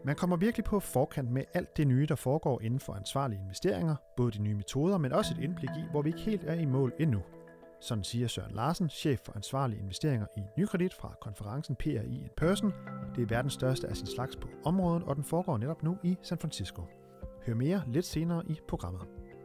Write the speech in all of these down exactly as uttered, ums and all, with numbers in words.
Man kommer virkelig på forkant med alt det nye, der foregår inden for ansvarlige investeringer, både de nye metoder, men også et indblik i, hvor vi ikke helt er i mål endnu. Sådan siger Søren Larsen, chef for ansvarlige investeringer i Nykredit fra konferencen P R I in Person. Det er verdens største af sin slags på området, og den foregår netop nu i San Francisco. Hør mere lidt senere i programmet.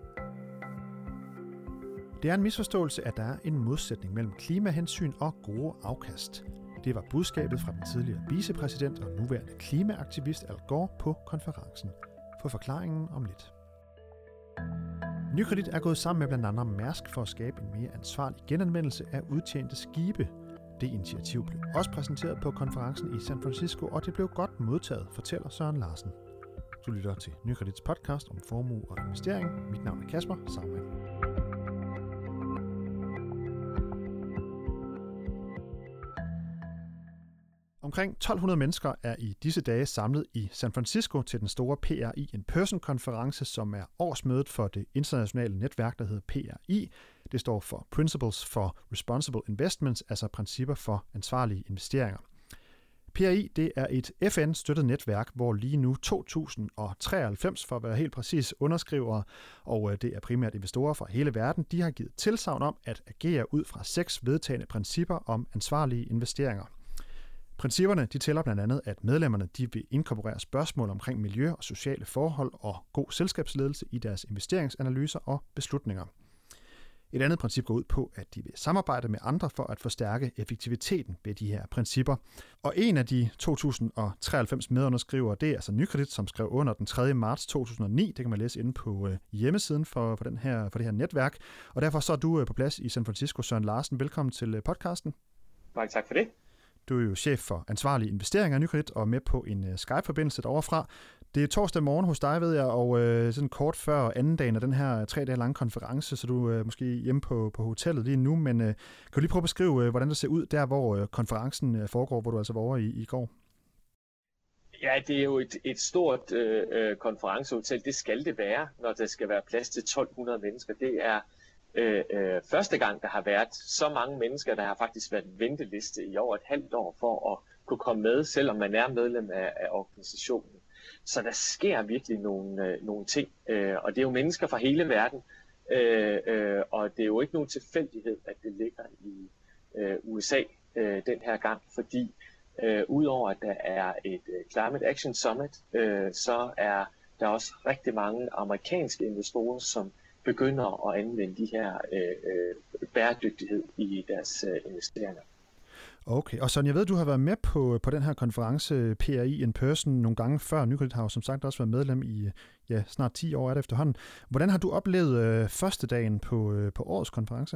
Det er en misforståelse, at der er en modsætning mellem klimahensyn og gode afkast. Det var budskabet fra den tidligere vicepræsident og nuværende klimaaktivist Al Gore på konferencen. For forklaringen om lidt. Nykredit er gået sammen med blandt andet Mærsk for at skabe en mere ansvarlig genanvendelse af udtjente skibe. Det initiativ blev også præsenteret på konferencen i San Francisco, og det blev godt modtaget, fortæller Søren Larsen. Du lytter til Nykredits podcast om formue og investering. Mit navn er Kasper Sagmann. Omkring tolv hundrede mennesker er i disse dage samlet i San Francisco til den store P R I in Person-konference, som er årsmødet for det internationale netværk, der hedder P R I. Det står for Principles for Responsible Investments, altså principper for ansvarlige investeringer. P R I det er et F N-støttet netværk, hvor lige nu to tusind treoghalvfems, for at være helt præcis, underskrivere, og det er primært investorer fra hele verden, de har givet tilsagn om at agere ud fra seks vedtagne principper om ansvarlige investeringer. Principperne de tæller blandt andet, at medlemmerne de vil inkorporere spørgsmål omkring miljø og sociale forhold og god selskabsledelse i deres investeringsanalyser og beslutninger. Et andet princip går ud på, at de vil samarbejde med andre for at forstærke effektiviteten ved de her principper. Og en af de to tusind treoghalvfems medunderskrivere, det er altså Nykredit, som skrev under den tredje marts to tusind og ni. Det kan man læse inde på hjemmesiden for, for, den her, for det her netværk. Og derfor så er du på plads i San Francisco. Søren Larsen, velkommen til podcasten. Mange tak for det. Du er jo chef for ansvarlige investeringer i Nykredit og med på en uh, Skype-forbindelse deroverfra. Det er torsdag morgen hos dig, ved jeg, og uh, sådan kort før anden dagen af den her tre dage lange konference, så du er uh, måske hjemme på, på hotellet lige nu, men uh, kan du lige prøve at beskrive, uh, hvordan det ser ud der, hvor uh, konferencen uh, foregår, hvor du altså var over i, i går? Ja, det er jo et, et stort uh, konferencehotel. Det skal det være, når der skal være plads til tolv hundrede mennesker. Det er Øh, øh, første gang, der har været så mange mennesker, der har faktisk været venteliste i over et halvt år for at kunne komme med, selvom man er medlem af, af organisationen. Så der sker virkelig nogle, øh, nogle ting, øh, og det er jo mennesker fra hele verden, øh, øh, og det er jo ikke nogen tilfældighed, at det ligger i øh, U S A øh, den her gang, fordi øh, udover at der er et øh, Climate Action Summit, øh, så er der også rigtig mange amerikanske investorer, som begynder at anvende de her øh, bæredygtighed i deres øh, investeringer. Okay, og Søren, jeg ved, du har været med på, på den her konference P R I in Person nogle gange før. Nykredit har jo som sagt også været medlem i ja, snart ti år er det efterhånden. Hvordan har du oplevet øh, første dagen på, øh, på årets konference?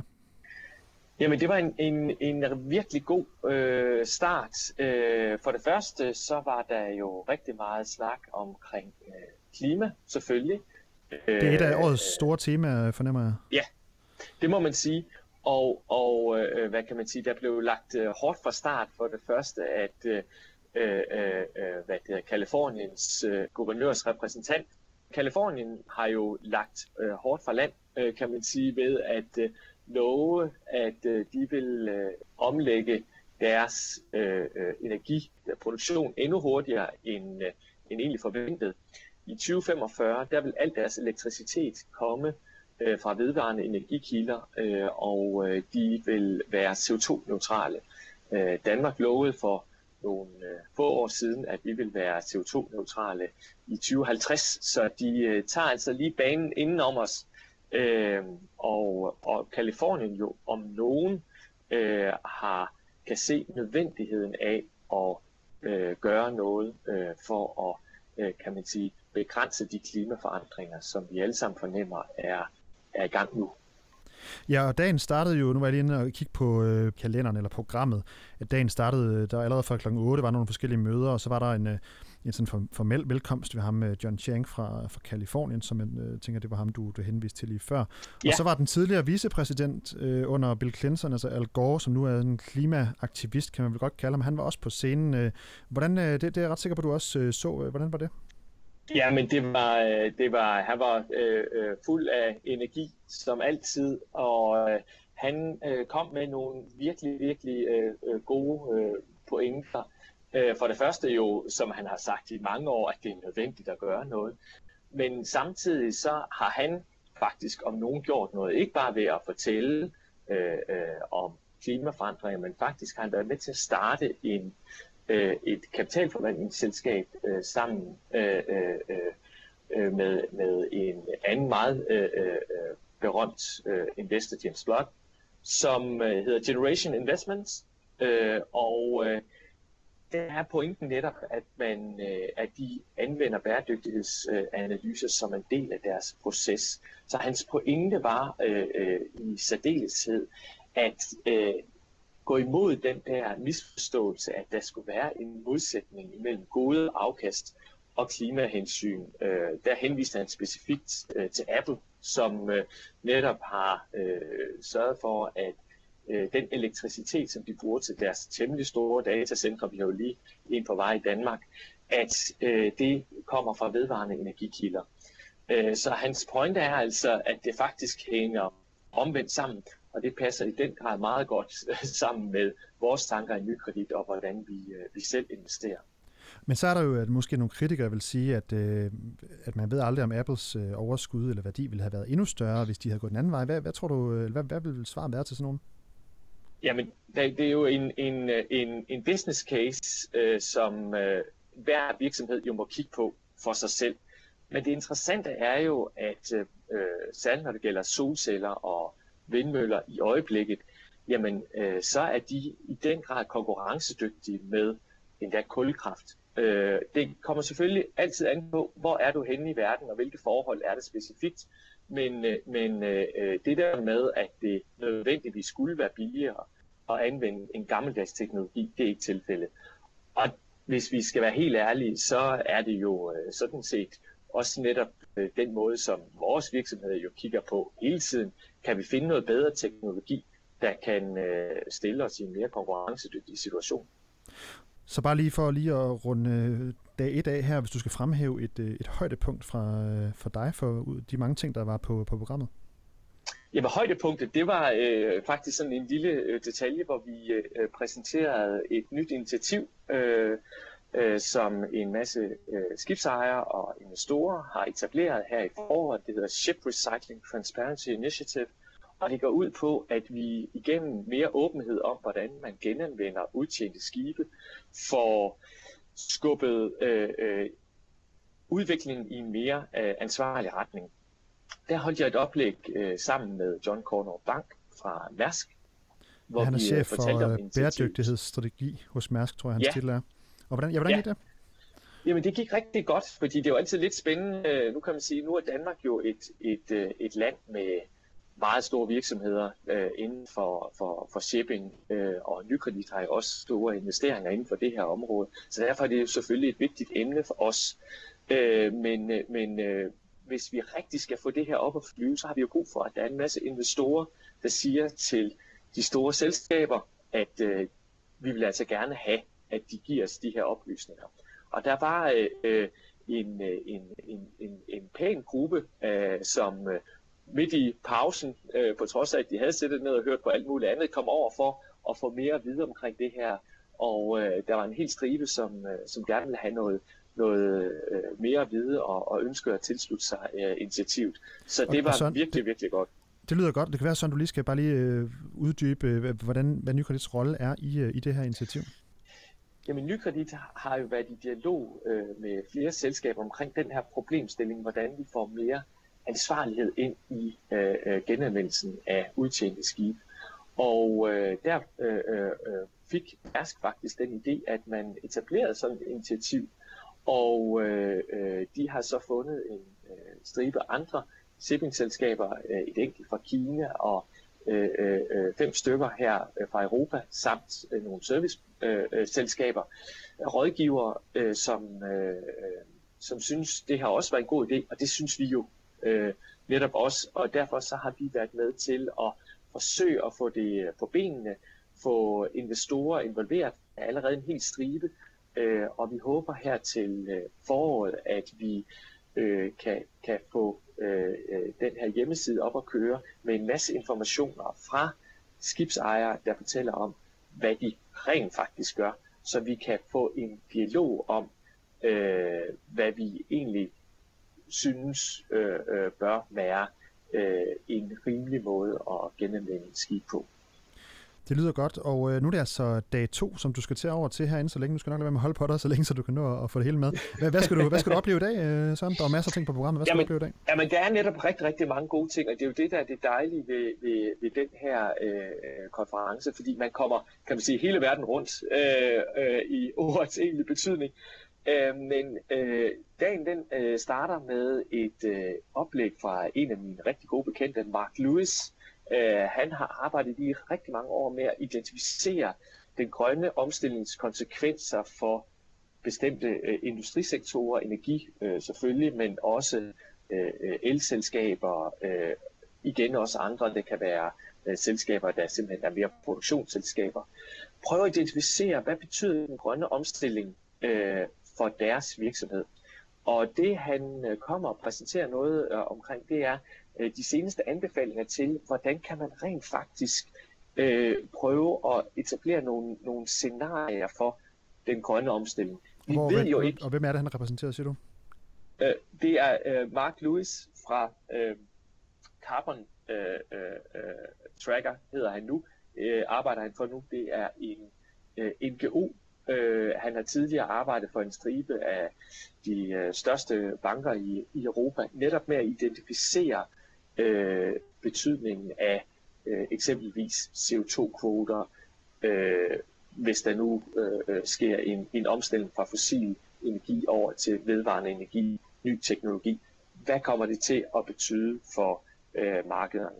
Jamen, det var en, en, en virkelig god øh, start. Øh, for det første, så var der jo rigtig meget snak omkring øh, klima, selvfølgelig. Det er et af årets store temaer, fornemmer jeg. Ja, det må man sige. Og, og øh, hvad kan man sige, der blev lagt øh, hårdt fra start for det første, at øh, øh, hvad det er, Californiens øh, guvernørs repræsentant. Californien har jo lagt øh, hårdt fra land, øh, kan man sige, ved at øh, love, at øh, de vil øh, omlægge deres øh, øh, energiproduktion endnu hurtigere end, øh, end egentlig forventet. I tyve femogfyrre, der vil al deres elektricitet komme øh, fra vedvarende energikilder, øh, og øh, de vil være C O to neutrale. Øh, Danmark lovede for nogle øh, få år siden, at vi vil være C O to neutrale i tyve halvtreds, så de øh, tager altså lige banen inden om os. Øh, og, og Californien jo om nogen øh, har kan se nødvendigheden af at øh, gøre noget øh, for at kan man sige, begrænse de klimaforandringer, som vi alle sammen fornemmer er, er i gang nu. Ja, og dagen startede jo, nu var jeg lige inde og kigge på øh, kalenderen eller programmet, at dagen startede, der allerede fra klokken otte var nogle forskellige møder, og så var der en, en sådan formel velkomst ved ham, John Chiang fra, fra Kalifornien, som jeg øh, tænker, det var ham, du, du henviste til lige før. Ja. Og så var den tidligere vicepræsident øh, under Bill Clinton, altså Al Gore, som nu er en klimaaktivist, kan man vel godt kalde ham, han var også på scenen. Øh, hvordan, øh, det, det er jeg ret sikker på, at du også øh, så. Hvordan var det? Ja, men det var, det var, han var øh, fuld af energi, som altid, og øh, han øh, kom med nogle virkelig, virkelig øh, gode øh, pointer. For det første jo, som han har sagt i mange år, at det er nødvendigt at gøre noget. Men samtidig så har han faktisk om nogen gjort noget. Ikke bare ved at fortælle øh, øh, om klimaforandringer, men faktisk har han været med til at starte en, øh, et kapitalforvaltningsselskab øh, sammen øh, øh, med, med en anden meget øh, øh, berømt øh, investor, James Blood, som øh, hedder Generation Investments. Øh, og øh, der er pointen netop, at, man, øh, at de anvender bæredygtighedsanalyser øh, som en del af deres proces. Så hans pointe var øh, øh, i særdeleshed at øh, gå imod den der misforståelse, at der skulle være en modsætning mellem gode afkast og klimahensyn. Øh, der henviste han specifikt øh, til Apple, som øh, netop har øh, sørget for, at øh, den elektricitet, som de bruger til deres temmelig store datacentre, vi har jo lige en på vej i Danmark, at øh, det kommer fra vedvarende energikilder. Øh, så hans pointe er altså, at det faktisk hænger omvendt sammen, og det passer i den grad meget godt sammen med vores tanker i Nykredit og hvordan vi, øh, vi selv investerer. Men så er der jo at måske nogle kritikere vil sige, at, øh, at man ved aldrig, om Apples øh, overskud eller værdi ville have været endnu større, hvis de havde gået den anden vej. Hvad, hvad tror du, hvad, hvad vil svaret være til sådan nogen? Jamen, det er jo en, en, en, en business case, øh, som øh, hver virksomhed jo må kigge på for sig selv. Men det interessante er jo, at øh, særligt når det gælder solceller og vindmøller i øjeblikket, jamen øh, så er de i den grad konkurrencedygtige med endda kulkraft. Øh, det kommer selvfølgelig altid an på, hvor er du henne i verden, og hvilke forhold er det specifikt. Men, øh, men øh, det der med, at det nødvendigvis skulle være billigere at anvende en gammeldags teknologi, det er ikke tilfældet. Og hvis vi skal være helt ærlige, så er det jo øh, sådan set også netop øh, den måde, som vores virksomheder jo kigger på hele tiden. Kan vi finde noget bedre teknologi, der kan øh, stille os i en mere konkurrencedygtig situation? Så bare lige for lige at runde dag et af her, hvis du skal fremhæve et, et højdepunkt fra, for dig for de mange ting, der var på, på programmet. Jamen højdepunktet, det var øh, faktisk sådan en lille øh, detalje, hvor vi øh, præsenterede et nyt initiativ, øh, øh, som en masse øh, skibsejere og investorer har etableret her i foråret. Det hedder Ship Recycling Transparency Initiative. Og det går ud på, at vi igennem mere åbenhed om, hvordan man genanvender udtjente skibe, får skubbet øh, øh, udviklingen i en mere øh, ansvarlig retning. Der holdt jeg et oplæg øh, sammen med John Cornell Bank fra Mærsk, hvor ja, han er vi chef for bæredygtighedsstrategi hos Mærsk, tror jeg, hans ja. titel er. Og hvordan, ja, hvordan ja. gik det? Jamen det gik rigtig godt, fordi det er jo altid lidt spændende. Nu kan man sige, nu er Danmark jo et, et, et land med meget store virksomheder øh, inden for, for, for shipping, øh, og Nykredit har jo også store investeringer inden for det her område. Så derfor er det jo selvfølgelig et vigtigt emne for os. Øh, men men øh, hvis vi rigtig skal få det her op at flyve, så har vi jo brug for, at der er en masse investorer, der siger til de store selskaber, at øh, vi vil altså gerne have, at de giver os de her oplysninger. Og der var øh, en, en, en, en, en pæn gruppe, øh, som øh, midt i pausen, øh, på trods af, at de havde siddet ned og hørt på alt muligt andet, kom over for at få mere at vide omkring det her. Og øh, der var en hel stribe, som, øh, som gerne ville have noget, noget øh, mere at vide og, og ønsker at tilslutte sig øh, initiativet. Så det var Søren, virkelig, det, virkelig godt. Det lyder godt. Det kan være sådan, du lige skal bare lige øh, uddybe, øh, hvordan, hvad Nykredits rolle er i, øh, i det her initiativ. Jamen, Nykredit har jo været i dialog øh, med flere selskaber omkring den her problemstilling, hvordan vi får mere ansvarlighed ind i øh, genanvendelsen af udtjente skibe. Og øh, der øh, øh, fik Mærsk faktisk den idé, at man etablerede sådan et initiativ, og øh, øh, de har så fundet en øh, stribe andre shippingselskaber, øh, et enkelt fra Kina og øh, øh, fem stykker her øh, fra Europa, samt øh, nogle serviceselskaber, øh, rådgivere, øh, som, øh, som synes, det har også været en god idé, og det synes vi jo øh, netop også, og derfor så har vi været med til at forsøge at få det på benene, få investorer involveret, allerede en hel stribe, øh, og vi håber her til øh, foråret, at vi øh, kan, kan få øh, den her hjemmeside op at køre med en masse informationer fra skibsejere, der fortæller om, hvad de rent faktisk gør, så vi kan få en dialog om, øh, hvad vi egentlig synes øh, øh, bør være øh, en rimelig måde at genanvende skib på. Det lyder godt, og øh, nu er det altså dag to, som du skal til over til herinde så længe. Du skal nok lade være med at holde på dig så længe, så du kan nå at få det hele med. Hvad, hvad, skal, du, hvad skal du opleve i dag, øh, Søren? Der er masser af ting på programmet. Hvad skal jamen, du opleve i dag? Jamen, der er netop rigtig, rigtig mange gode ting, og det er jo det, der er det dejlige ved, ved, ved den her øh, konference, fordi man kommer, kan man sige, hele verden rundt øh, øh, i ordets egentlige betydning. Øh, men øh, dagen den øh, starter med et øh, oplæg fra en af mine rigtig gode bekendte, Mark Lewis. Uh, han har arbejdet i rigtig mange år med at identificere den grønne omstillings konsekvenser for bestemte uh, industrisektorer, energi uh, selvfølgelig, men også uh, elselskaber, uh, igen også andre, det kan være uh, selskaber, der simpelthen er mere produktionsselskaber. Prøv at identificere, hvad betyder den grønne omstilling uh, for deres virksomhed. Og det han uh, kommer og præsenterer noget uh, omkring, det er de seneste anbefalinger til, hvordan kan man rent faktisk øh, prøve at etablere nogle, nogle scenarier for den grønne omstilling. Vi Hvor, ved hvem, jo ikke, og hvem er det, han repræsenterer, siger du? Øh, det er øh, Mark Lewis fra øh, Carbon øh, øh, Tracker, hedder han nu. Øh, arbejder han for nu. Det er en øh, N G O. Øh, han har tidligere arbejdet for en stribe af de øh, største banker i, i Europa, netop med at identificere Øh, betydningen af øh, eksempelvis C O to kvoter, øh, hvis der nu øh, sker en, en omstilling fra fossil energi over til vedvarende energi, ny teknologi. Hvad kommer det til at betyde for øh, markederne?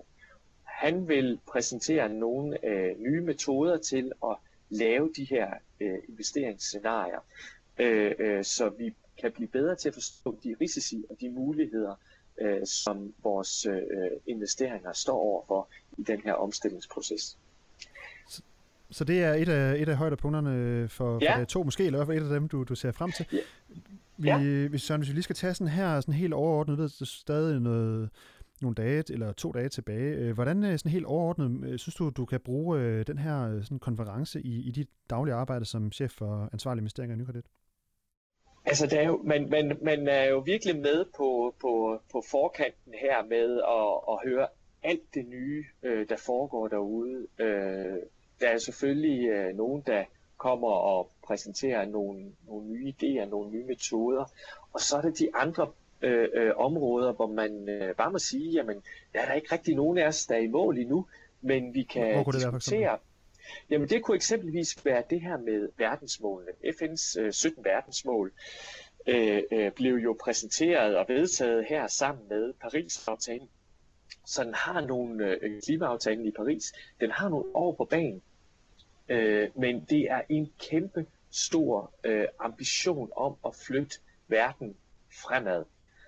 Han vil præsentere nogle øh, nye metoder til at lave de her øh, investeringsscenarier, øh, øh, så vi kan blive bedre til at forstå de risici og de muligheder, Øh, som vores øh, investeringer står overfor i den her omstillingsproces. Så, så det er et af, et af højdepunkterne for, ja. for dag to måske, eller i hvert fald et af dem, du, du ser frem til. Ja. Vi, ja. hvis, Søren, hvis vi lige skal tage sådan her sådan helt overordnet, ved, der er stadig noget, nogle dage eller to dage tilbage. Hvordan sådan helt overordnet synes du, du kan bruge den her sådan konference i, i dit daglige arbejde som chef for ansvarlige investeringer i Nykredit? Altså, der er jo, man, man, man er jo virkelig med på, på, på forkanten her med at, at høre alt det nye, øh, der foregår derude. Øh, der er selvfølgelig øh, nogen, der kommer og præsenterer nogle, nogle nye idéer, nogle nye metoder. Og så er der de andre øh, øh, områder, hvor man øh, bare må sige, jamen, der er der ikke rigtig nogen af os, der er i mål endnu, men vi kan diskutere. Jamen det kunne eksempelvis være det her med verdensmålene. F N's øh, sytten verdensmål øh, øh, blev jo præsenteret og vedtaget her sammen med Paris-aftalen. Så den har nogle øh, klimaaftalen i Paris, den har nogle år på banen, øh, men det er en kæmpe stor øh, ambition om at flytte verden fremad.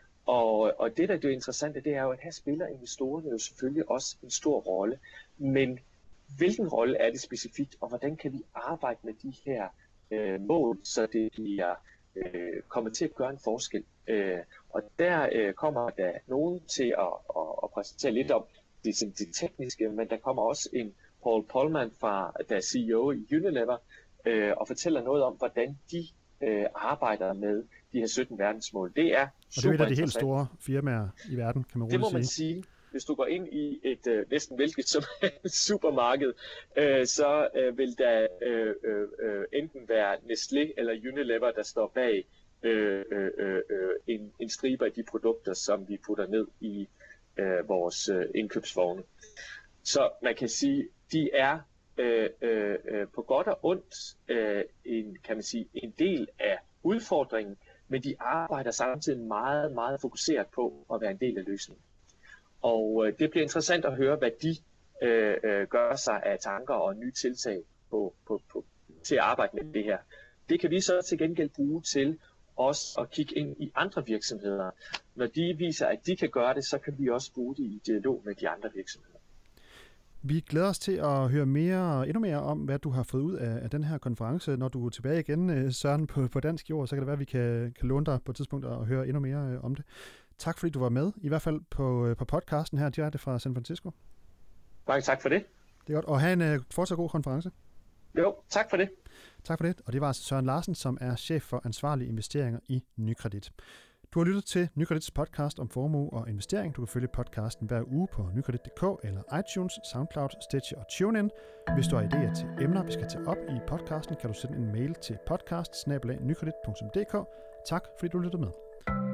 Og, og det der er det interessante, det er jo, at her spiller investorerne jo selvfølgelig også en stor rolle, men hvilken rolle er det specifikt, og hvordan kan vi arbejde med de her øh, mål, så det bliver øh, kommer til at gøre en forskel. Øh, og der øh, kommer der nogen til at, at, at præsentere lidt om det, det tekniske, men der kommer også en Paul Polman, fra, der er C E O i Unilever, øh, og fortæller noget om, hvordan de øh, arbejder med de her sytten verdensmål. Det er og det er et af de helt store firmaer i verden, kan man roligt sige. Det må man sige. Hvis du går ind i et øh, næsten hvilket som supermarked, øh, så øh, vil der øh, øh, enten være Nestlé eller Unilever, der står bag øh, øh, øh, en, en stribe af de produkter, som vi putter ned i øh, vores øh, indkøbsvogne. Så man kan sige, de er øh, øh, på godt og ondt øh, en, kan man sige, en del af udfordringen, men de arbejder samtidig meget, meget fokuseret på at være en del af løsningen. Og øh, det bliver interessant at høre, hvad de øh, øh, gør sig af tanker og nye tiltag på, på, på, til at arbejde med det her. Det kan vi så til gengæld bruge til også at kigge ind i andre virksomheder. Når de viser, at de kan gøre det, så kan vi også bruge det i dialog med de andre virksomheder. Vi glæder os til at høre mere, endnu mere om, hvad du har fået ud af, af den her konference. Når du er tilbage igen, Søren, på, på dansk jord, så kan det være, at vi kan, kan låne dig på et tidspunkt og høre endnu mere om det. Tak fordi du var med, i hvert fald på, på podcasten her direkte fra San Francisco. Mange tak for det. Det er godt, og have en uh, fortsat god konference. Jo, tak for det. Tak for det, og det var altså Søren Larsen, som er chef for ansvarlige investeringer i Nykredit. Du har lyttet til Nykredits podcast om formue og investering. Du kan følge podcasten hver uge på nykredit punktum d k eller iTunes, SoundCloud, Stitcher og TuneIn. Hvis du har idéer til emner, vi skal tage op i podcasten, kan du sende en mail til podcast bindestreg nykredit punktum d k. Tak fordi du lyttede med.